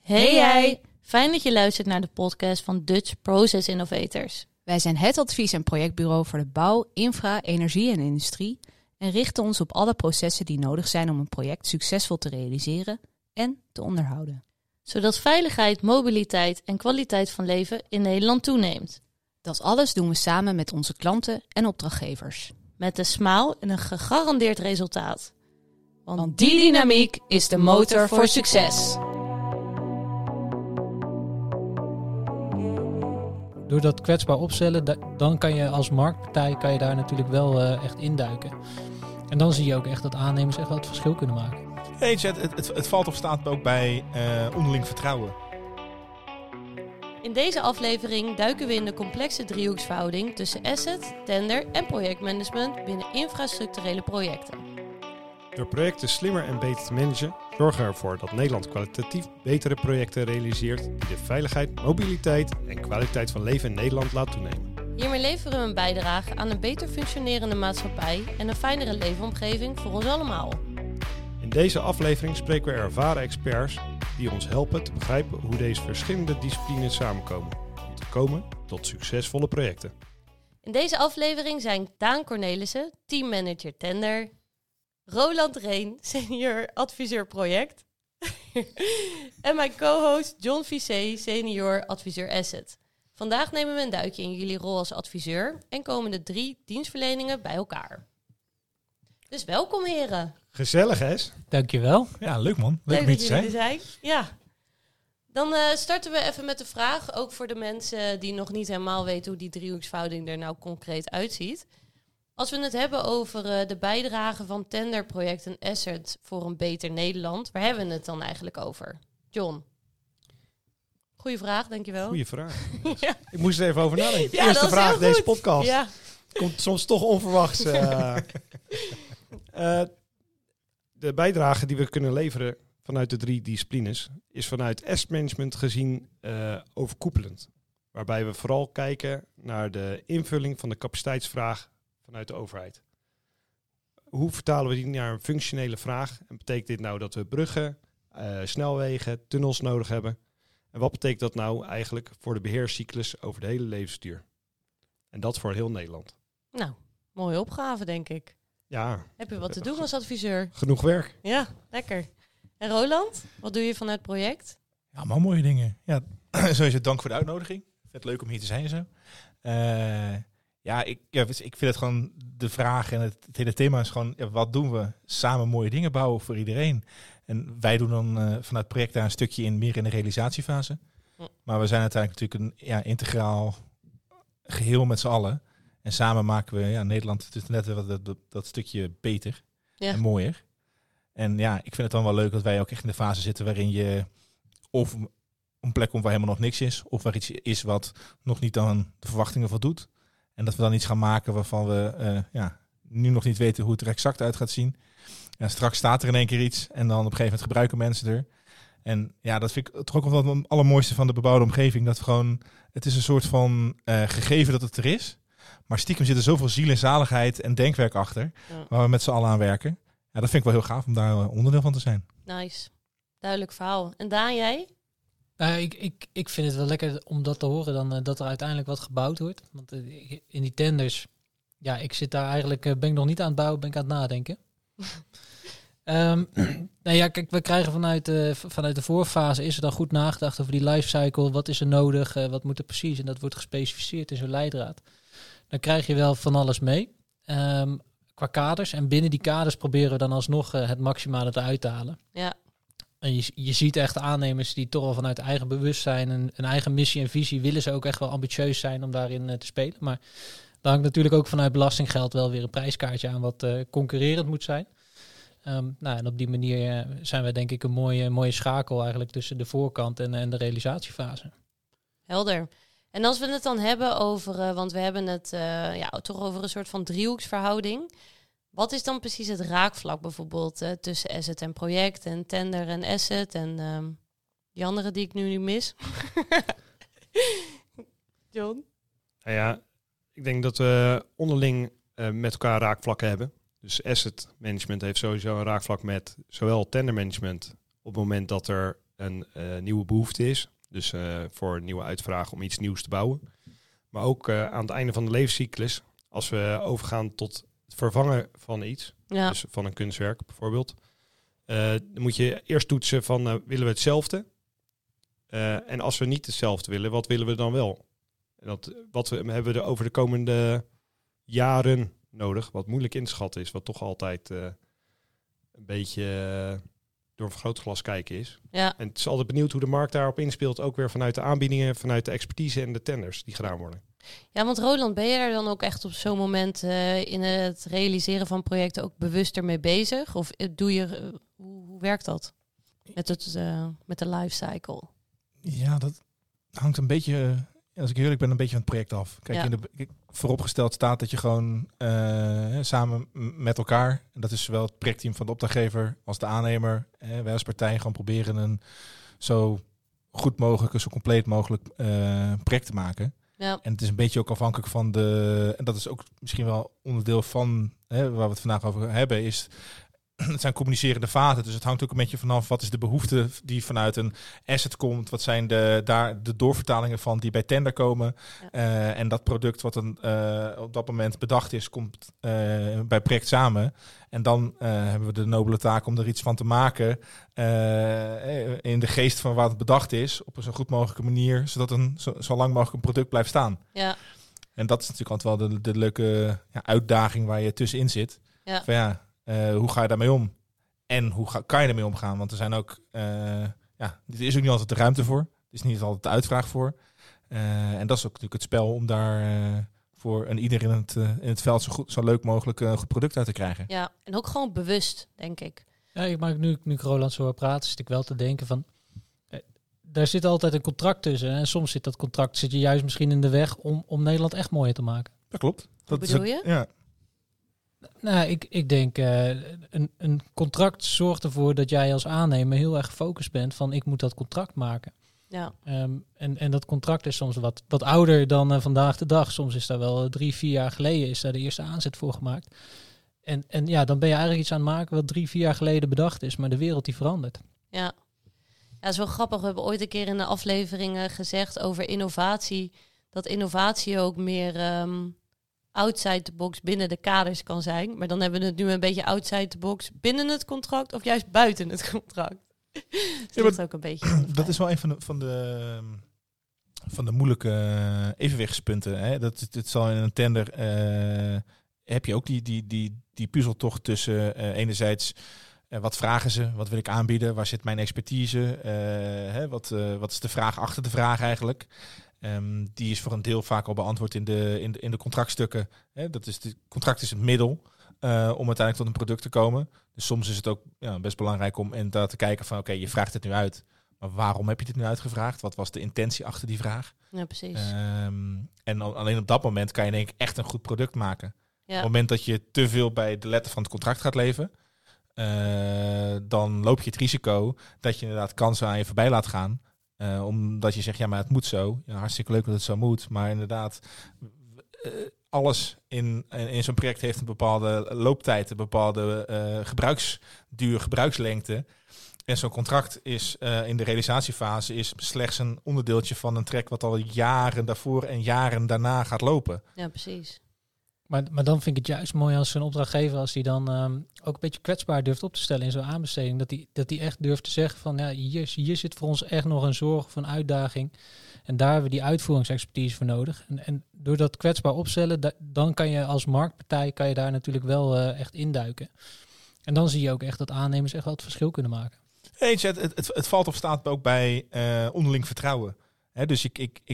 Hey jij! Fijn dat je luistert naar de podcast van Dutch Process Innovators. Wij zijn het advies- en projectbureau voor de bouw, infra, energie en industrie en richten ons op alle processen die nodig zijn om een project succesvol te realiseren en te onderhouden. Zodat veiligheid, mobiliteit en kwaliteit van leven in Nederland toeneemt. Dat alles doen we samen met onze klanten en opdrachtgevers. Met een smile en een gegarandeerd resultaat. Want die dynamiek is de motor voor succes. Door dat kwetsbaar opstellen, dan kan je als marktpartij daar natuurlijk wel echt induiken. En dan zie je ook echt dat aannemers echt wel het verschil kunnen maken. Hey, het valt of staat ook bij onderling vertrouwen. In deze aflevering duiken we in de complexe driehoeksverhouding tussen asset, tender en projectmanagement binnen infrastructurele projecten. Door projecten slimmer en beter te managen, zorgen we ervoor dat Nederland kwalitatief betere projecten realiseert die de veiligheid, mobiliteit en kwaliteit van leven in Nederland laat toenemen. Hiermee leveren we een bijdrage aan een beter functionerende maatschappij en een fijnere leefomgeving voor ons allemaal. In deze aflevering spreken we ervaren experts die ons helpen te begrijpen hoe deze verschillende disciplines samenkomen om te komen tot succesvolle projecten. In deze aflevering zijn Daan Cornelissen, teammanager tender, Roland Reen, senior adviseur project en mijn co-host John Vissé, senior adviseur asset. Vandaag nemen we een duikje in jullie rol als adviseur en komen de 3 dienstverleningen bij elkaar. Dus welkom heren. Gezellig hè? Dankjewel. Ja, leuk man. Leuk om hier te jullie zijn. er zijn. Ja. Dan starten we even met de vraag, ook voor de mensen die nog niet helemaal weten hoe die driehoeksverhouding er nou concreet uitziet. Als we het hebben over de bijdrage van tenderproject en asset voor een beter Nederland, waar hebben we het dan eigenlijk over? John? Goeie vraag, dankjewel. Goeie vraag. Ja. Ik moest er even over nadenken. Ja, Eerste dat is vraag heel deze goed. podcast. Ja. Komt soms toch onverwachts. De bijdrage die we kunnen leveren vanuit de 3 disciplines is vanuit asset management gezien overkoepelend. Waarbij we vooral kijken naar de invulling van de capaciteitsvraag vanuit de overheid. Hoe vertalen we die naar een functionele vraag? En betekent dit nou dat we bruggen, snelwegen, tunnels nodig hebben? En wat betekent dat nou eigenlijk voor de beheerscyclus over de hele levensduur? En dat voor heel Nederland. Nou, mooie opgave denk ik. Ja. Heb je wat te doen als adviseur? Genoeg werk. Ja, lekker. En Roland, wat doe je vanuit het project? Ja, maar mooie dingen. Ja, sowieso dank voor de uitnodiging. Vet leuk om hier te zijn en zo. Ik vind het gewoon de vraag en het hele thema is gewoon, wat doen we? Samen mooie dingen bouwen voor iedereen. En wij doen dan vanuit het project daar een stukje in, meer in de realisatiefase. Maar we zijn uiteindelijk natuurlijk een integraal geheel met z'n allen. En samen maken we Nederland dus net dat stukje beter en mooier. En ja, ik vind het dan wel leuk dat wij ook echt in de fase zitten waarin je of een plek komt waar helemaal nog niks is, of waar iets is wat nog niet aan de verwachtingen voldoet. En dat we dan iets gaan maken waarvan we nu nog niet weten hoe het er exact uit gaat zien. Ja, straks staat er in één keer iets en dan op een gegeven moment gebruiken mensen er. En ja, dat vind ik toch ook wel het allermooiste van de bebouwde omgeving. Dat gewoon, het is een soort van gegeven dat het er is. Maar stiekem zit er zoveel ziel en zaligheid en denkwerk achter, waar we met z'n allen aan werken. Ja, dat vind ik wel heel gaaf om daar onderdeel van te zijn. Nice. Duidelijk verhaal. En Daan, jij? Ik vind het wel lekker om dat te horen dan dat er uiteindelijk wat gebouwd wordt. Want in die tenders, ik zit daar eigenlijk, ben ik nog niet aan het bouwen, ben ik aan het nadenken. Kijk, we krijgen vanuit de voorfase, is er dan goed nagedacht over die lifecycle, wat is er nodig, wat moet er precies, en dat wordt gespecificeerd in zo'n leidraad. Dan krijg je wel van alles mee, qua kaders, en binnen die kaders proberen we dan alsnog het maximale eruit te halen. Ja. En je ziet echt aannemers die toch al vanuit eigen bewustzijn en een eigen missie en visie willen ze ook echt wel ambitieus zijn om daarin te spelen. Maar dan hangt natuurlijk ook vanuit belastinggeld wel weer een prijskaartje aan wat concurrerend moet zijn. En op die manier zijn we denk ik een mooie schakel eigenlijk tussen de voorkant en de realisatiefase. Helder. En als we het dan hebben over, want we hebben het toch over een soort van driehoeksverhouding. Wat is dan precies het raakvlak bijvoorbeeld tussen asset en project en tender en asset en die andere die ik nu niet mis? John? Nou ja, ik denk dat we onderling met elkaar raakvlakken hebben. Dus asset management heeft sowieso een raakvlak met zowel tender management op het moment dat er een nieuwe behoefte is. Dus voor een nieuwe uitvraag om iets nieuws te bouwen. Maar ook aan het einde van de levenscyclus, als we overgaan tot het vervangen van iets, Ja. dus van een kunstwerk bijvoorbeeld, dan moet je eerst toetsen van willen we hetzelfde? En als we niet hetzelfde willen, wat willen we dan wel? En hebben we er over de komende jaren nodig, wat moeilijk in te schatten is, wat toch altijd een beetje door een vergrootglas kijken is. Ja. En het is altijd benieuwd hoe de markt daarop inspeelt, ook weer vanuit de aanbiedingen, vanuit de expertise en de tenders die gedaan worden. Ja, want Roland, ben je daar dan ook echt op zo'n moment in het realiseren van projecten ook bewuster mee bezig? Of doe je, hoe werkt dat met de lifecycle? Ja, dat hangt een beetje, als ik eerlijk ben, een beetje van het project af. Kijk, Ja. vooropgesteld staat dat je gewoon samen met elkaar, en dat is zowel het projectteam van de opdrachtgever als de aannemer, wij als partij gewoon proberen een zo goed mogelijk, een zo compleet mogelijk project te maken. Ja. En het is een beetje ook afhankelijk van en dat is ook misschien wel onderdeel van waar we het vandaag over hebben, is het zijn communicerende vaten. Dus het hangt ook een beetje vanaf wat is de behoefte die vanuit een asset komt. Wat zijn de doorvertalingen van die bij tender komen. Ja. En dat product wat op dat moment bedacht is, komt bij project samen. En dan hebben we de nobele taak om er iets van te maken. In de geest van wat het bedacht is. Op een zo goed mogelijke manier. Zodat zo lang mogelijk een product blijft staan. Ja. En dat is natuurlijk altijd wel de leuke uitdaging waar je tussenin zit. Ja. Van hoe ga je daarmee om? En kan je ermee omgaan? Want er zijn ook, er is ook niet altijd de ruimte voor. Er is niet altijd de uitvraag voor. En dat is ook natuurlijk het spel om daar voor ieder in het veld zo leuk mogelijk een goed product uit te krijgen. Ja, en ook gewoon bewust, denk ik. Ja, ik maak nu ik Roland zo hoor praten, zit ik wel te denken van, daar zit altijd een contract tussen. En soms zit dat contract je juist misschien in de weg om Nederland echt mooier te maken. Dat klopt. Hoe bedoel je? Ja. Nou, ik denk, een contract zorgt ervoor dat jij als aannemer heel erg gefocust bent van ik moet dat contract maken. Ja. En dat contract is soms wat ouder dan vandaag de dag. Soms is daar wel 3-4 jaar geleden is daar de eerste aanzet voor gemaakt. En ja, dan ben je eigenlijk iets aan het maken wat 3-4 jaar geleden bedacht is, maar de wereld die verandert. Ja. Ja, dat is wel grappig. We hebben ooit een keer in de afleveringen gezegd over innovatie. Dat innovatie ook meer outside the box binnen de kaders kan zijn. Maar dan hebben we het nu een beetje outside the box binnen het contract of juist buiten het contract. Dus dat ligt ook een beetje. Dat is wel een van de moeilijke evenwichtspunten. Hè? Het zal in een tender heb je ook die puzzeltocht tussen enerzijds wat vragen ze, wat wil ik aanbieden, waar zit mijn expertise, wat is de vraag achter de vraag eigenlijk. Die is voor een deel vaak al beantwoord in de contractstukken. Het contract is het middel om uiteindelijk tot een product te komen. Dus soms is het ook best belangrijk om inderdaad te kijken van oké, je vraagt het nu uit. Maar waarom heb je dit nu uitgevraagd? Wat was de intentie achter die vraag? Ja, precies. En alleen op dat moment kan je denk ik echt een goed product maken. Ja. Op het moment dat je te veel bij de letter van het contract gaat leven, dan loop je het risico dat je inderdaad kansen aan je voorbij laat gaan. Omdat je zegt, ja, maar het moet zo. Ja, hartstikke leuk dat het zo moet. Maar inderdaad, alles in zo'n project heeft een bepaalde looptijd, een bepaalde gebruiksduur, gebruikslengte. En zo'n contract is in de realisatiefase is slechts een onderdeeltje van een trek wat al jaren daarvoor en jaren daarna gaat lopen. Ja, precies. Maar dan vind ik het juist mooi als een opdrachtgever, als die dan ook een beetje kwetsbaar durft op te stellen in zo'n aanbesteding. Dat die echt durft te zeggen van ja, hier zit voor ons echt nog een zorg of een uitdaging. En daar hebben we die uitvoeringsexpertise voor nodig. En door dat kwetsbaar opstellen, dan kan je als marktpartij daar natuurlijk wel echt induiken. En dan zie je ook echt dat aannemers echt wel het verschil kunnen maken. Eens, het valt of staat ook bij onderling vertrouwen. Dus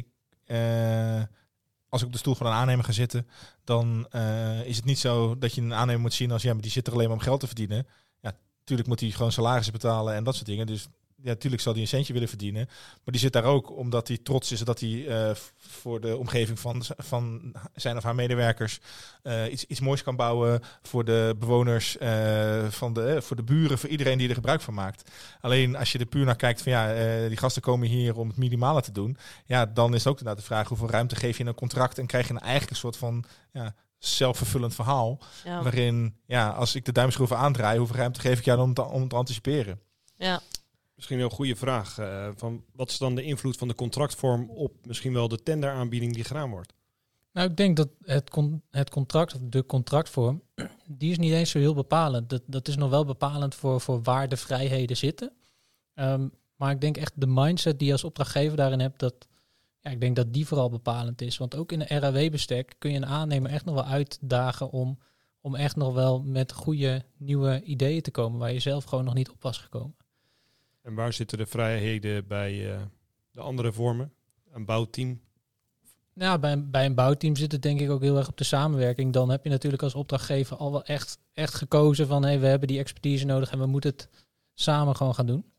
als ik op de stoel van een aannemer ga zitten, dan is het niet zo dat je een aannemer moet zien als ja, maar die zit er alleen maar om geld te verdienen. Ja, natuurlijk moet hij gewoon salarissen betalen en dat soort dingen. Dus ja, natuurlijk zal hij een centje willen verdienen. Maar die zit daar ook omdat hij trots is dat hij voor de omgeving van zijn of haar medewerkers iets moois kan bouwen. Voor de bewoners, voor de buren, voor iedereen die er gebruik van maakt. Alleen als je er puur naar kijkt van ja, die gasten komen hier om het minimale te doen. Ja, dan is het ook inderdaad de vraag hoeveel ruimte geef je in een contract en krijg je eigenlijk een soort van zelfvervullend verhaal. Ja. Waarin, ja, als ik de duimschroeven aandraai, hoeveel ruimte geef ik jou om te anticiperen? Ja. Misschien een heel goede vraag. Van wat is dan de invloed van de contractvorm op misschien wel de tenderaanbieding die gedaan wordt? Nou, ik denk dat het contract of de contractvorm, die is niet eens zo heel bepalend. Dat is nog wel bepalend voor waar de vrijheden zitten. Maar ik denk echt de mindset die je als opdrachtgever daarin hebt, ik denk dat die vooral bepalend is. Want ook in een RAW-bestek kun je een aannemer echt nog wel uitdagen om echt nog wel met goede nieuwe ideeën te komen waar je zelf gewoon nog niet op was gekomen. En waar zitten de vrijheden bij de andere vormen? Een bouwteam? Nou, bij een bouwteam zit het denk ik ook heel erg op de samenwerking. Dan heb je natuurlijk als opdrachtgever al wel echt gekozen van we hebben die expertise nodig en we moeten het samen gewoon gaan doen.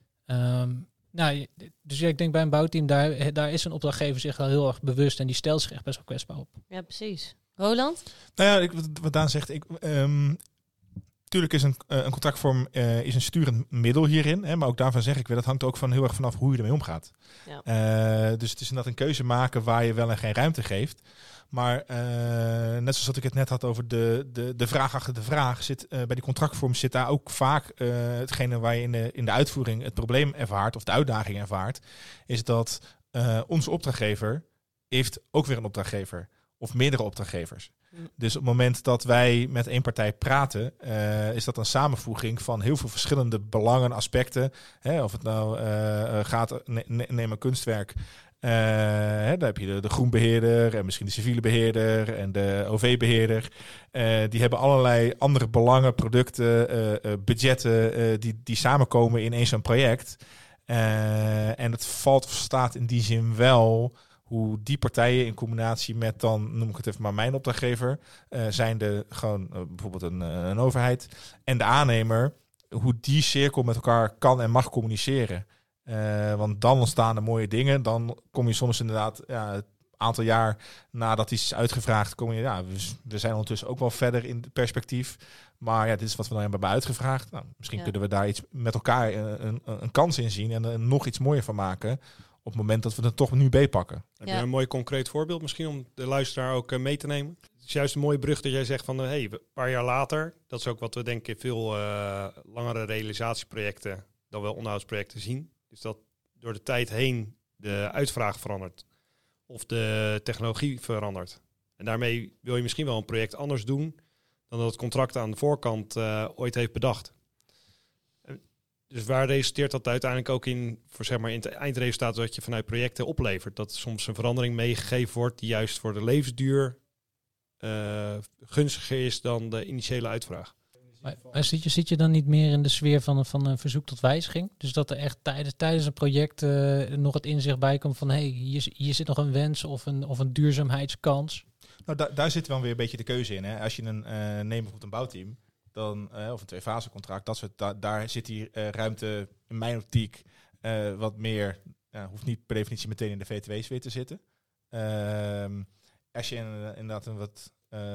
Dus ik denk bij een bouwteam, daar is een opdrachtgever zich wel heel erg bewust en die stelt zich echt best wel kwetsbaar op. Ja, precies. Roland? Nou ja, wat Daan zegt, natuurlijk is een contractvorm is een sturend middel hierin. Hè, maar ook daarvan zeg ik weer, dat hangt ook heel erg vanaf hoe je ermee omgaat. Ja. Dus het is inderdaad een keuze maken waar je wel en geen ruimte geeft. Maar net zoals dat ik het net had over de vraag achter de vraag, bij die contractvorm zit daar ook vaak hetgene waar je in de uitvoering het probleem ervaart of de uitdaging ervaart, is dat onze opdrachtgever heeft ook weer een opdrachtgever of meerdere opdrachtgevers. Dus op het moment dat wij met één partij praten, is dat een samenvoeging van heel veel verschillende belangen, aspecten. Hè, of het nou gaat, neem een kunstwerk. Daar heb je de groenbeheerder en misschien de civiele beheerder en de OV-beheerder. Die hebben allerlei andere belangen, producten, budgetten die samenkomen in één zo'n project. En het valt of staat in die zin wel hoe die partijen in combinatie met dan, noem ik het even maar mijn opdrachtgever, zijnde gewoon bijvoorbeeld een overheid en de aannemer, hoe die cirkel met elkaar kan en mag communiceren. Want dan ontstaan er mooie dingen. Dan kom je soms inderdaad een aantal jaar nadat iets is uitgevraagd, we zijn ondertussen ook wel verder in het perspectief. Maar ja, dit is wat we dan hebben uitgevraagd. Nou, misschien kunnen we daar iets met elkaar een kans in zien en er nog iets mooier van maken op het moment dat we het toch nu beetpakken. Heb je een mooi concreet voorbeeld misschien om de luisteraar ook mee te nemen? Het is juist een mooie brug dat jij zegt van een paar jaar later, dat is ook wat we denken in veel langere realisatieprojecten dan wel onderhoudsprojecten zien. Dus dat door de tijd heen de uitvraag verandert. Of de technologie verandert. En daarmee wil je misschien wel een project anders doen dan dat het contract aan de voorkant ooit heeft bedacht. Dus waar resulteert dat uiteindelijk ook in, in het eindresultaat dat je vanuit projecten oplevert? Dat soms een verandering meegegeven wordt die juist voor de levensduur gunstiger is dan de initiële uitvraag. Maar zit je dan niet meer in de sfeer van een verzoek tot wijziging? Dus dat er echt tijdens een project nog het inzicht bij komt van hier zit nog een wens of een duurzaamheidskans? Nou, daar zit wel weer een beetje de keuze in. Hè? Als je neemt bijvoorbeeld een bouwteam, dan, of een tweefase contract, daar zit die ruimte in mijn optiek wat meer, hoeft niet per definitie meteen in de VTW-sfeer te zitten. Als je inderdaad een wat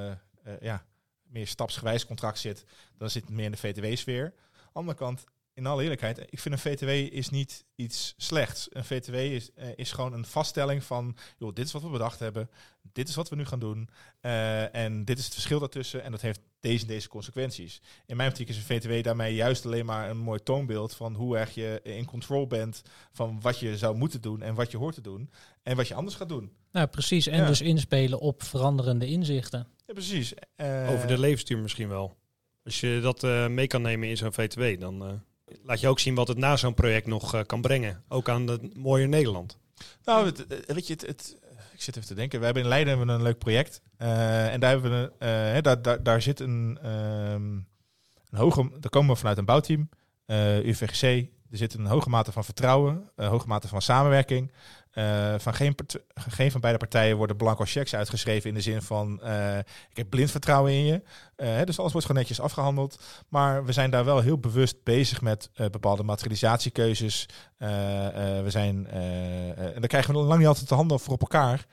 meer stapsgewijs contract zit, dan zit het meer in de VTW-sfeer. Aan de andere kant, in alle eerlijkheid, ik vind een VTW is niet iets slechts. Een VTW is gewoon een vaststelling van, joh, dit is wat we bedacht hebben, dit is wat we nu gaan doen, en dit is het verschil daartussen en dat heeft deze consequenties. In mijn optiek is een VTW daarmee juist alleen maar een mooi toonbeeld van hoe erg je in control bent van wat je zou moeten doen en wat je hoort te doen en wat je anders gaat doen. Nou, precies. En dus inspelen op veranderende inzichten. Ja, precies. Over de levensduur misschien wel. Als je dat mee kan nemen in zo'n VTW, dan laat je ook zien wat het na zo'n project nog kan brengen. Ook aan het mooie Nederland. Nou, weet je, ik zit even te denken. We hebben in Leiden een leuk project. En daar hebben we daar zit een hoge. Daar komen we vanuit een bouwteam, UVGC. Er zit een hoge mate van vertrouwen, een hoge mate van samenwerking. Van geen van beide partijen worden blanco checks uitgeschreven in de zin van ik heb blind vertrouwen in je. Dus alles wordt gewoon netjes afgehandeld. Maar we zijn daar wel heel bewust bezig met bepaalde materialisatiekeuzes. We zijn en daar krijgen we lang niet altijd de handen voor op elkaar.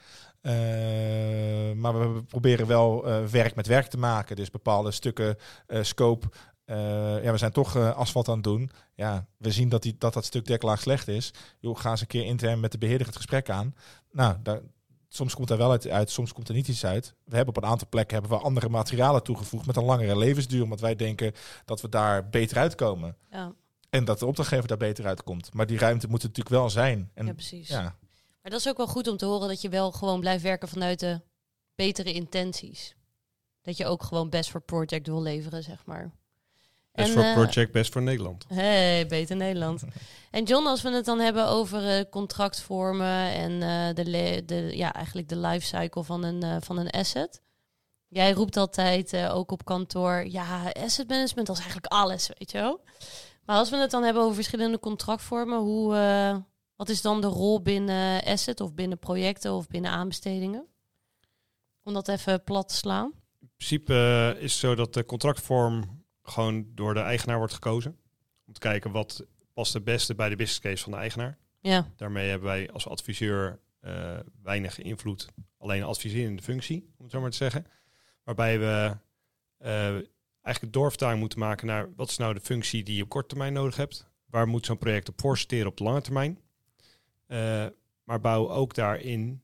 Maar we proberen wel werk met werk te maken. Dus bepaalde stukken scope. We zijn toch asfalt aan het doen. Ja, we zien dat stuk deklaag slecht is. Joh, ga eens een keer intern met de beheerder het gesprek aan. Nou, soms komt er wel uit, soms komt er niet iets uit. We hebben op een aantal plekken andere materialen toegevoegd met een langere levensduur, omdat wij denken dat we daar beter uitkomen. Ja. En dat de opdrachtgever daar beter uitkomt. Maar die ruimte moet er natuurlijk wel zijn. En, Ja, precies. ja. Maar dat is ook wel goed om te horen dat je wel gewoon blijft werken vanuit de betere intenties. Dat je ook gewoon best voor project wil leveren, zeg maar. Best voor project, best voor Nederland. Hey, beter Nederland. En John, als we het dan hebben over contractvormen en eigenlijk de lifecycle van een asset. Jij roept altijd ook op kantoor, ja, asset management, dat is eigenlijk alles, weet je wel. Maar als we het dan hebben over verschillende contractvormen, wat is dan de rol binnen asset of binnen projecten of binnen aanbestedingen? Om dat even plat te slaan. In principe is het zo dat de contractvorm gewoon door de eigenaar wordt gekozen. Om te kijken wat past het beste bij de business case van de eigenaar. Ja. Daarmee hebben wij als adviseur weinig invloed. Alleen adviserende functie, om het zo maar te zeggen. Waarbij we eigenlijk doorvertaling moeten maken naar wat is nou de functie die je op korte termijn nodig hebt. Waar moet zo'n project op voorsorteren op de lange termijn. Maar bouw ook daarin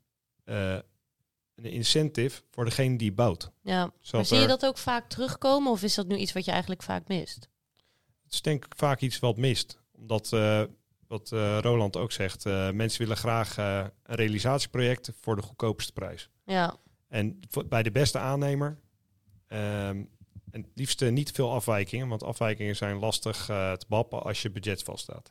een incentive voor degene die bouwt. Ja, maar zie je dat ook vaak terugkomen of is dat nu iets wat je eigenlijk vaak mist? Het is denk ik vaak iets wat mist. Omdat, wat Roland ook zegt, mensen willen graag een realisatieproject voor de goedkoopste prijs. Ja. En bij de beste aannemer, en het liefst niet veel afwijkingen, want afwijkingen zijn lastig te behappen als je budget vaststaat.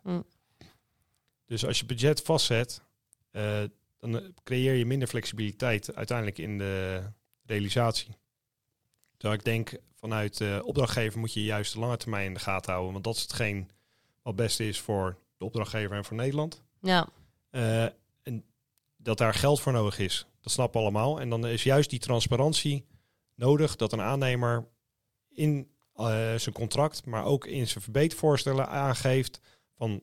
Dus als je budget vastzet, dan creëer je minder flexibiliteit uiteindelijk in de realisatie. Dus ik denk, vanuit de opdrachtgever moet je juist de lange termijn in de gaten houden. Want dat is hetgeen wat het beste is voor de opdrachtgever en voor Nederland. Ja. En dat daar geld voor nodig is, dat snappen we allemaal. En dan is juist die transparantie nodig dat een aannemer in zijn contract, maar ook in zijn verbetervoorstellen aangeeft van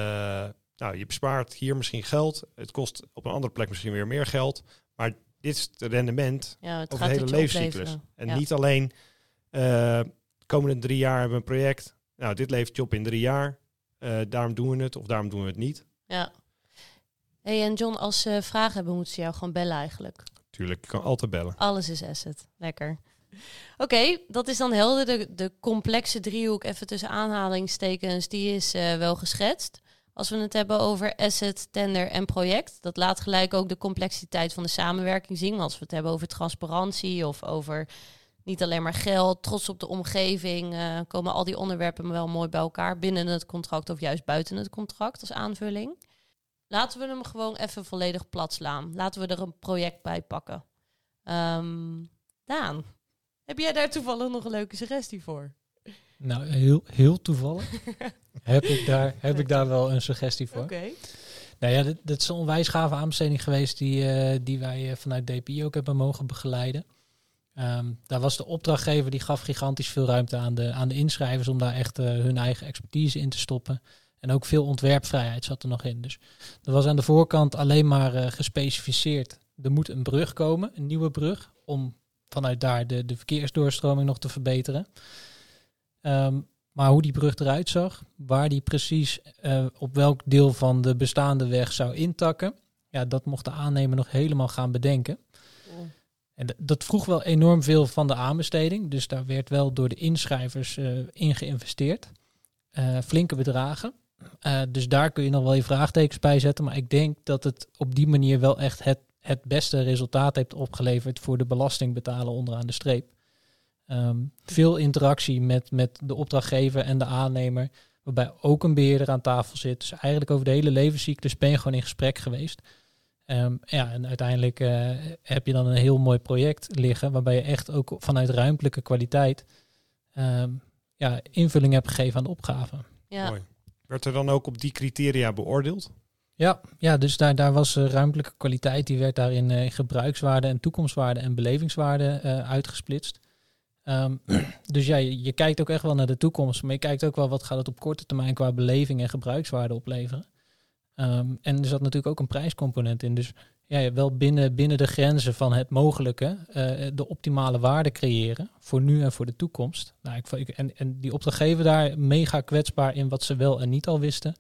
je bespaart hier misschien geld. Het kost op een andere plek misschien weer meer geld. Maar dit is het rendement over de hele levenscyclus. En niet alleen de komende 3 jaar hebben we een project. Nou, dit levert je op in 3 jaar. Daarom doen we het of daarom doen we het niet. Ja. Hey, en John, als ze vragen hebben, moeten ze jou gewoon bellen eigenlijk. Tuurlijk, je kan altijd bellen. Alles is asset. Lekker. Oké, dat is dan helder. De complexe driehoek, even tussen aanhalingstekens, die is wel geschetst. Als we het hebben over asset, tender en project, dat laat gelijk ook de complexiteit van de samenwerking zien. Maar als we het hebben over transparantie of over niet alleen maar geld, trots op de omgeving, komen al die onderwerpen wel mooi bij elkaar binnen het contract of juist buiten het contract als aanvulling. Laten we hem gewoon even volledig plat slaan. Laten we er een project bij pakken. Daan, heb jij daar toevallig nog een leuke suggestie voor? Nou, heel toevallig heb ik daar wel een suggestie voor. Oké. Nou ja, dit is een onwijs gave aanbesteding geweest die wij vanuit DPI ook hebben mogen begeleiden. Daar was de opdrachtgever, die gaf gigantisch veel ruimte aan de inschrijvers om daar echt hun eigen expertise in te stoppen. En ook veel ontwerpvrijheid zat er nog in. Dus er was aan de voorkant alleen maar gespecificeerd. Er moet een brug komen, een nieuwe brug, om vanuit daar de verkeersdoorstroming nog te verbeteren. Maar hoe die brug eruit zag, waar die precies op welk deel van de bestaande weg zou intakken, ja, dat mocht de aannemer nog helemaal gaan bedenken. En dat vroeg wel enorm veel van de aanbesteding. Dus daar werd wel door de inschrijvers in geïnvesteerd. Flinke bedragen. Dus daar kun je nog wel je vraagtekens bij zetten. Maar ik denk dat het op die manier wel echt het beste resultaat heeft opgeleverd voor de belastingbetaler onderaan de streep. Veel interactie met de opdrachtgever en de aannemer. Waarbij ook een beheerder aan tafel zit. Dus eigenlijk over de hele levenscyclus ben je gewoon in gesprek geweest. En uiteindelijk heb je dan een heel mooi project liggen. Waarbij je echt ook vanuit ruimtelijke kwaliteit invulling hebt gegeven aan de opgave. Ja. Mooi. Werd er dan ook op die criteria beoordeeld? Ja, dus daar was ruimtelijke kwaliteit. Die werd daar in gebruikswaarde en toekomstwaarde en belevingswaarde uitgesplitst. Dus ja, je kijkt ook echt wel naar de toekomst. Maar je kijkt ook wel wat gaat het op korte termijn qua beleving en gebruikswaarde opleveren. En er zat natuurlijk ook een prijscomponent in. Dus ja, wel binnen de grenzen van het mogelijke de optimale waarde creëren voor nu en voor de toekomst. Nou, en die opdrachtgever daar mega kwetsbaar in wat ze wel en niet al wisten.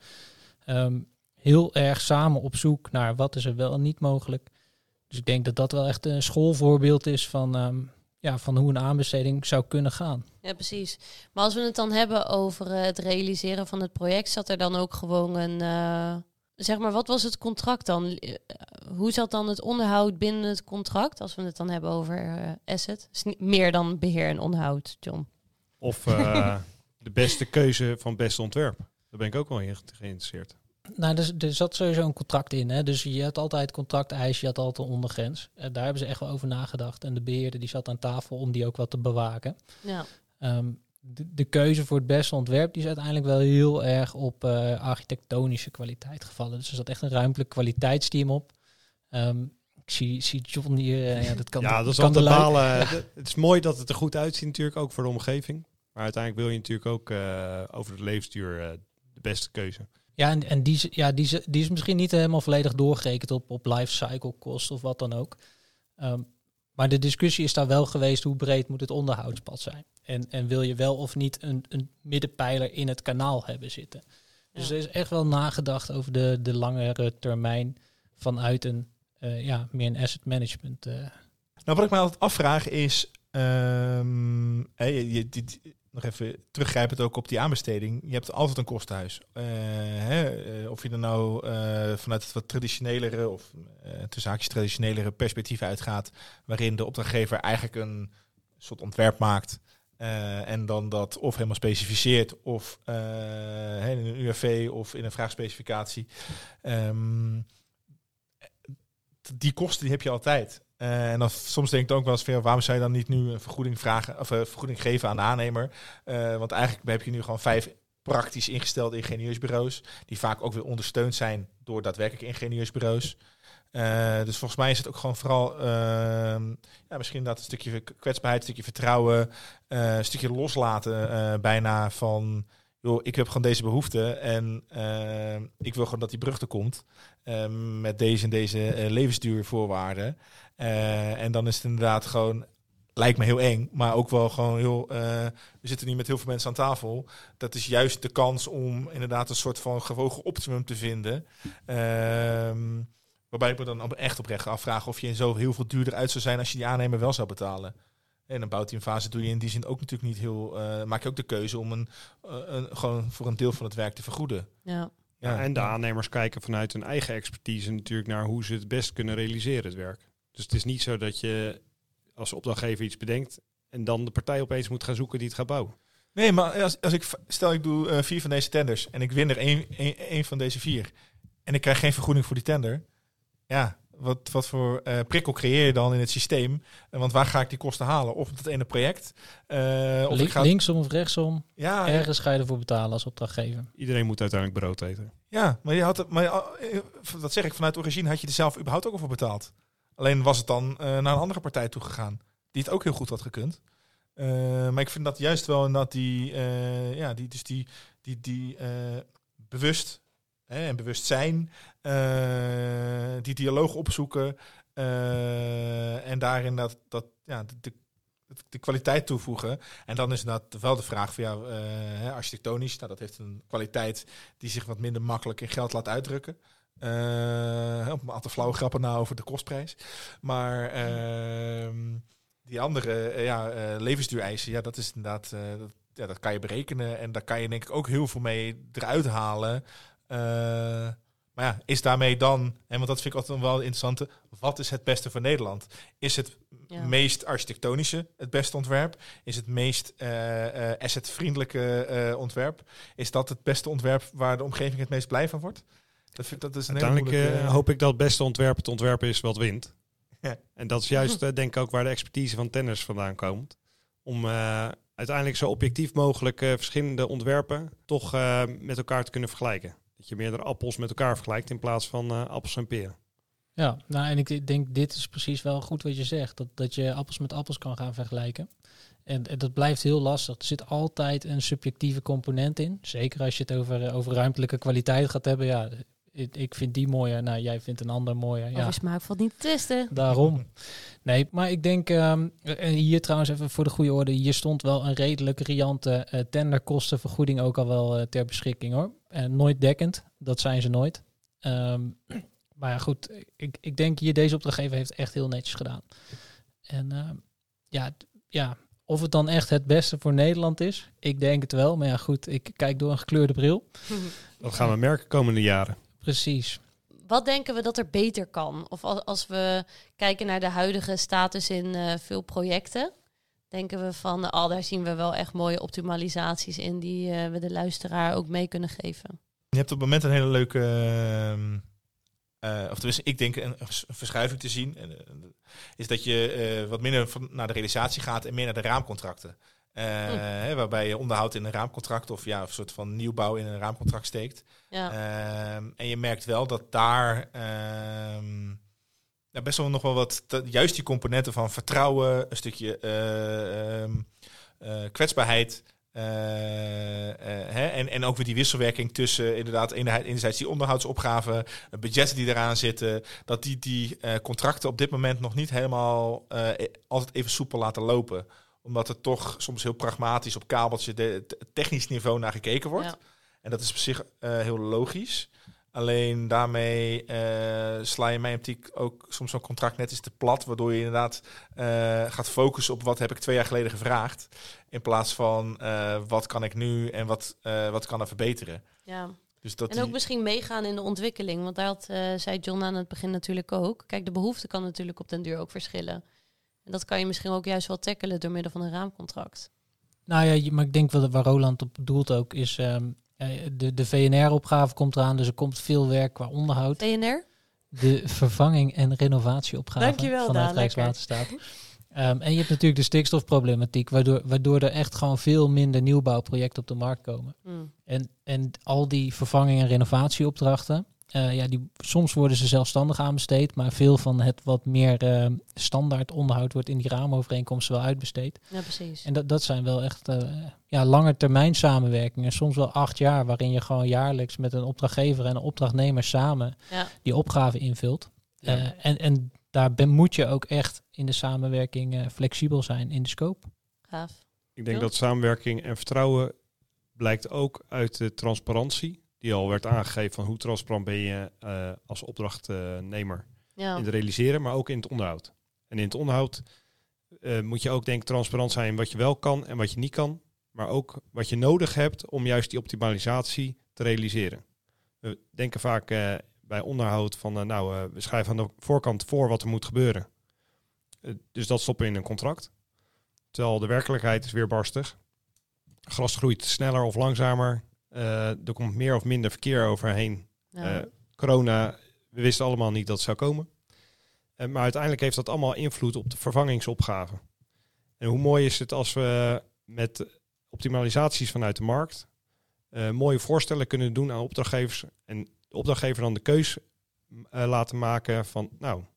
Heel erg samen op zoek naar wat is er wel en niet mogelijk. Dus ik denk dat dat wel echt een schoolvoorbeeld is van van hoe een aanbesteding zou kunnen gaan. Ja, precies. Maar als we het dan hebben over het realiseren van het project, zat er dan ook gewoon een... zeg maar, wat was het contract dan? Hoe zat dan het onderhoud binnen het contract? Als we het dan hebben over asset. Is niet meer dan beheer en onderhoud, John. Of de beste keuze van het beste ontwerp. Daar ben ik ook wel in geïnteresseerd. Nou, er zat sowieso een contract in. Hè? Dus je had altijd contracteis, je had altijd een ondergrens. Daar hebben ze echt wel over nagedacht. En de beheerder die zat aan tafel om die ook wat te bewaken. Ja. De keuze voor het beste ontwerp die is uiteindelijk wel heel erg op architectonische kwaliteit gevallen. Dus er zat echt een ruimtelijk kwaliteitsteam op. Ik zie John hier. Dat kan ja, dat is kan altijd balen. Het is mooi dat het er goed uitziet natuurlijk, ook voor de omgeving. Maar uiteindelijk wil je natuurlijk ook over het levensduur de beste keuze. Ja, en die is misschien niet helemaal volledig doorgerekend op lifecycle kost of wat dan ook. Maar de discussie is daar wel geweest, hoe breed moet het onderhoudspad zijn? En wil je wel of niet een middenpijler in het kanaal hebben zitten? Dus er is echt wel nagedacht over de langere termijn vanuit een meer een asset management. Nou, wat ik me altijd afvraag is, nog even teruggrijpend ook op die aanbesteding. Je hebt altijd een kostenhuis. Of je er nou vanuit het wat traditionelere of tussen haakjes traditionelere perspectief uitgaat, waarin de opdrachtgever eigenlijk een soort ontwerp maakt en dan dat of helemaal specificeert of in een UFV of in een vraagspecificatie. Die kosten die heb je altijd. En dan soms denk ik ook wel eens van, waarom zou je dan niet nu een vergoeding vragen of vergoeding geven aan de aannemer? Want eigenlijk heb je nu gewoon 5 praktisch ingestelde ingenieursbureaus, die vaak ook weer ondersteund zijn door daadwerkelijk ingenieursbureaus. Dus volgens mij is het ook gewoon vooral misschien dat een stukje kwetsbaarheid, een stukje vertrouwen, een stukje loslaten bijna van, joh, ik heb gewoon deze behoefte en ik wil gewoon dat die brug er komt met deze en deze levensduurvoorwaarden. En dan is het inderdaad gewoon, lijkt me heel eng, maar ook wel gewoon heel, we zitten nu met heel veel mensen aan tafel. Dat is juist de kans om inderdaad een soort van gewogen optimum te vinden. Waarbij ik me dan echt oprecht afvraag of je zo heel veel duurder uit zou zijn als je die aannemer wel zou betalen. En een bouwteamfase doe je in die zin ook natuurlijk niet heel, maak je ook de keuze om gewoon voor een deel van het werk te vergoeden. Ja. Ja, en de aannemers kijken vanuit hun eigen expertise natuurlijk naar hoe ze het best kunnen realiseren, het werk. Dus het is niet zo dat je als opdrachtgever iets bedenkt en dan de partij opeens moet gaan zoeken die het gaat bouwen. Nee, maar als ik doe 4 van deze tenders en ik win er één van deze 4 en ik krijg geen vergoeding voor die tender. Ja, wat voor prikkel creëer je dan in het systeem? Want waar ga ik die kosten halen? Of het ene project? Linksom of rechtsom? Ja, ergens ga je ervoor betalen als opdrachtgever. Iedereen moet uiteindelijk brood eten. Ja, maar dat zeg ik, vanuit origine had je er zelf überhaupt ook al voor betaald. Alleen was het dan naar een andere partij toegegaan, die het ook heel goed had gekund. Maar ik vind dat juist wel dat die bewust en bewustzijn, die dialoog opzoeken en daarin de kwaliteit toevoegen. En dan is inderdaad wel de vraag van architectonisch, dat heeft een kwaliteit die zich wat minder makkelijk in geld laat uitdrukken. Op een aantal flauwe grappen na over de kostprijs. Maar die andere levensduureisen, dat is inderdaad, dat kan je berekenen en daar kan je denk ik ook heel veel mee eruit halen. Maar ja, is daarmee dan, want dat vind ik altijd wel interessant, wat is het beste voor Nederland? Is het meest architectonische het beste ontwerp? Is het meest assetvriendelijke ontwerp? Is dat het beste ontwerp waar de omgeving het meest blij van wordt? Dat is uiteindelijk hoop ik dat het beste ontwerp het ontwerp is wat wint. Ja. En dat is juist denk ik ook waar de expertise van Tenners vandaan komt. Om uiteindelijk zo objectief mogelijk verschillende ontwerpen toch met elkaar te kunnen vergelijken. Dat je meerdere appels met elkaar vergelijkt in plaats van appels en peren. Ja, en ik denk dit is precies wel goed wat je zegt. Dat je appels met appels kan gaan vergelijken. En dat blijft heel lastig. Er zit altijd een subjectieve component in. Zeker als je het over ruimtelijke kwaliteit gaat hebben. Ja, ik vind die mooier. Nou, jij vindt een ander mooier. Over smaak valt niet te twisten. Daarom. Nee, maar ik denk, en hier trouwens even voor de goede orde, hier stond wel een redelijk riante tenderkostenvergoeding ook al wel ter beschikking hoor. Nooit dekkend, dat zijn ze nooit. Maar ja, goed, ik denk hier deze opdrachtgever heeft echt heel netjes gedaan. En of het dan echt het beste voor Nederland is. Ik denk het wel. Maar ja, goed, ik kijk door een gekleurde bril. Dat gaan we merken komende jaren. Precies. Wat denken we dat er beter kan? Of als we kijken naar de huidige status in veel projecten, denken we van, daar zien we wel echt mooie optimalisaties in die we de luisteraar ook mee kunnen geven. Je hebt op het moment een hele leuke, of tenminste, ik denk een verschuiving te zien. Is dat je wat minder naar de realisatie gaat en meer naar de raamcontracten. Waarbij je onderhoud in een raamcontract of een soort van nieuwbouw in een raamcontract steekt. Ja. En je merkt wel dat daar best wel nog wel wat, juist die componenten van vertrouwen, een stukje kwetsbaarheid. En ook weer die wisselwerking tussen inderdaad enerzijds die onderhoudsopgaven, budgetten die eraan zitten, dat die contracten op dit moment nog niet helemaal altijd even soepel laten lopen. Omdat er toch soms heel pragmatisch op kabeltje technisch niveau naar gekeken wordt. Ja. En dat is op zich heel logisch. Alleen daarmee sla je mijn optiek ook soms zo'n contract net eens te plat, waardoor je inderdaad gaat focussen op wat heb ik 2 jaar geleden gevraagd, in plaats van wat kan ik nu en wat kan er verbeteren. Ja. Dus dat en ook misschien meegaan in de ontwikkeling, want daar zei John aan het begin natuurlijk ook. Kijk, de behoefte kan natuurlijk op den duur ook verschillen. En dat kan je misschien ook juist wel tackelen door middel van een raamcontract. Nou ja, maar ik denk waar Roland op doelt ook is, de VNR-opgave komt eraan, dus er komt veel werk qua onderhoud. VNR? De vervanging- en renovatieopgave Dankjewel, vanuit Rijkswaterstaat. En je hebt natuurlijk de stikstofproblematiek, waardoor er echt gewoon veel minder nieuwbouwprojecten op de markt komen. En al die vervanging- en renovatieopdrachten, soms worden ze zelfstandig aanbesteed, maar veel van het wat meer standaard onderhoud wordt in die raamovereenkomsten wel uitbesteed. Ja, precies. En dat zijn wel echt lange termijn samenwerkingen, soms wel 8 jaar, waarin je gewoon jaarlijks met een opdrachtgever en een opdrachtnemer samen die opgave invult. Ja. En daar moet je ook echt in de samenwerking flexibel zijn in de scope. Gaaf. Ik denk dat samenwerking en vertrouwen blijkt ook uit de transparantie die al werd aangegeven van hoe transparant ben je als opdrachtnemer in het realiseren, maar ook in het onderhoud. En in het onderhoud moet je ook denk ik transparant zijn in wat je wel kan en wat je niet kan, maar ook wat je nodig hebt om juist die optimalisatie te realiseren. We denken vaak bij onderhoud van we schrijven aan de voorkant voor wat er moet gebeuren. Dus dat stoppen we in een contract. Terwijl de werkelijkheid is weerbarstig. Gras groeit sneller of langzamer. Er komt meer of minder verkeer overheen. Ja. Corona, we wisten allemaal niet dat het zou komen. Maar uiteindelijk heeft dat allemaal invloed op de vervangingsopgave. En hoe mooi is het als we met optimalisaties vanuit de markt mooie voorstellen kunnen doen aan opdrachtgevers. En de opdrachtgever dan de keus laten maken van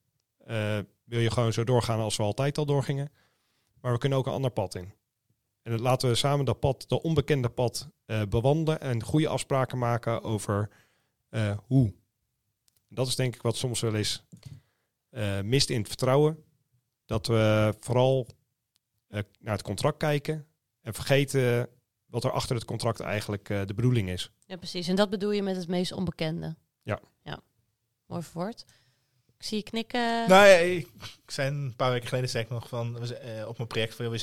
wil je gewoon zo doorgaan als we altijd al doorgingen. Maar we kunnen ook een ander pad in. En laten we samen dat pad, de onbekende pad, bewandelen en goede afspraken maken over hoe. Dat is denk ik wat soms wel eens mist in het vertrouwen. Dat we vooral naar het contract kijken en vergeten wat er achter het contract eigenlijk de bedoeling is. Ja, precies. En dat bedoel je met het meest onbekende. Ja. Mooi verwoord. Ik zie je knikken. Nou ja, ik zei een paar weken geleden zei ik nog van op mijn project van we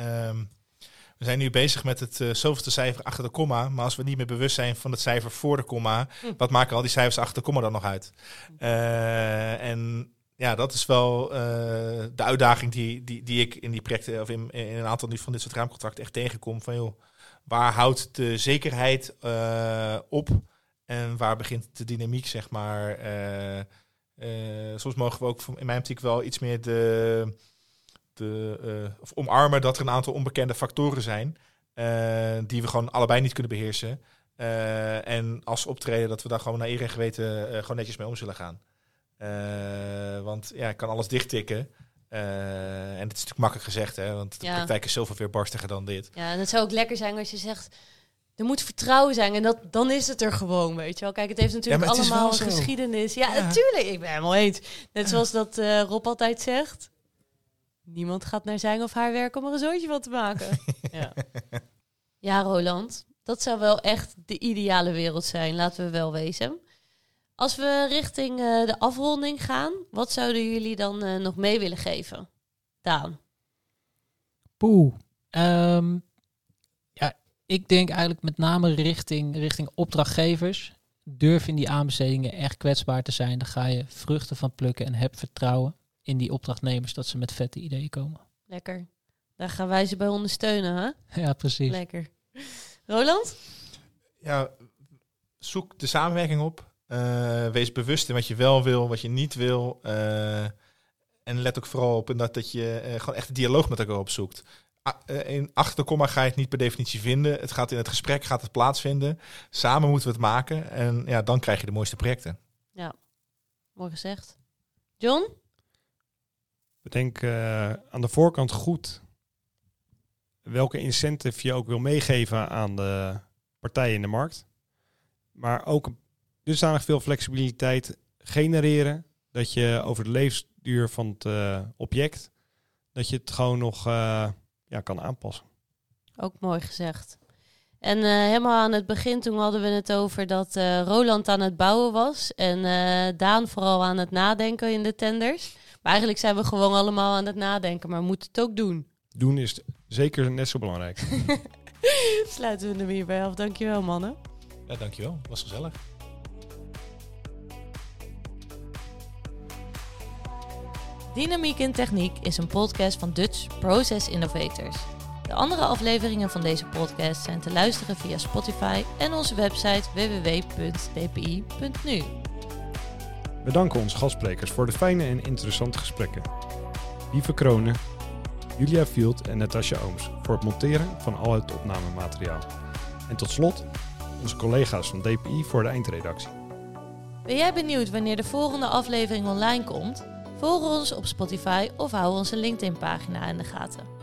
zijn nu bezig met het zoveelste cijfer achter de komma. Maar als we niet meer bewust zijn van het cijfer voor de komma, wat maken al die cijfers achter de komma dan nog uit? En ja, dat is wel de uitdaging die ik in die projecten of in een aantal van dit soort raamcontracten echt tegenkom. Van joh, waar houdt de zekerheid op en waar begint de dynamiek, zeg maar. Soms mogen we ook in mijn optiek wel iets meer of omarmen dat er een aantal onbekende factoren zijn die we gewoon allebei niet kunnen beheersen. En als optreden dat we daar gewoon naar eer en geweten gewoon netjes mee om zullen gaan. Want ja, ik kan alles dichttikken. En het is natuurlijk makkelijk gezegd, hè, want de praktijk is zoveel weerbarstiger dan dit. Ja, en het zou ook lekker zijn als je zegt, er moet vertrouwen zijn en dan is het er gewoon, weet je wel. Kijk, het heeft natuurlijk allemaal een geschiedenis. Ja, natuurlijk, ik ben helemaal eens. Net zoals dat Rob altijd zegt, niemand gaat naar zijn of haar werk om er een zoontje van te maken. Ja, Roland, dat zou wel echt de ideale wereld zijn, laten we wel wezen. Als we richting de afronding gaan, wat zouden jullie dan nog mee willen geven? Daan? Ik denk eigenlijk met name richting opdrachtgevers. Durf in die aanbestedingen echt kwetsbaar te zijn. Dan ga je vruchten van plukken en heb vertrouwen in die opdrachtnemers dat ze met vette ideeën komen. Lekker. Daar gaan wij ze bij ondersteunen, hè? Ja, precies. Lekker. Roland? Ja, zoek de samenwerking op. Wees bewust in wat je wel wil, wat je niet wil. En let ook vooral op dat je gewoon echt een dialoog met elkaar opzoekt. Achter de komma ga je het niet per definitie vinden. Het gaat in het gesprek gaat het plaatsvinden. Samen moeten we het maken. En ja, dan krijg je de mooiste projecten. Ja, mooi gezegd. John? Bedenk aan de voorkant goed welke incentive je ook wil meegeven aan de partijen in de markt. Maar ook dusdanig veel flexibiliteit genereren dat je over de levensduur van het object, dat je het gewoon nog kan aanpassen. Ook mooi gezegd. En helemaal aan het begin, toen hadden we het over dat Roland aan het bouwen was. En Daan vooral aan het nadenken in de tenders. Maar eigenlijk zijn we gewoon allemaal aan het nadenken, maar we moeten het ook doen. Doen is zeker net zo belangrijk. Sluiten we hem hierbij af. Dankjewel, mannen. Ja, dankjewel. Was gezellig. Dynamiek in Techniek is een podcast van Dutch Process Innovators. De andere afleveringen van deze podcast zijn te luisteren via Spotify en onze website www.dpi.nu. We danken onze gastsprekers voor de fijne en interessante gesprekken. Lieve Kronen, Julia Field en Natasja Ooms voor het monteren van al het opnamemateriaal. En tot slot onze collega's van DPI voor de eindredactie. Ben jij benieuwd wanneer de volgende aflevering online komt? Volg ons op Spotify of hou onze LinkedIn-pagina in de gaten.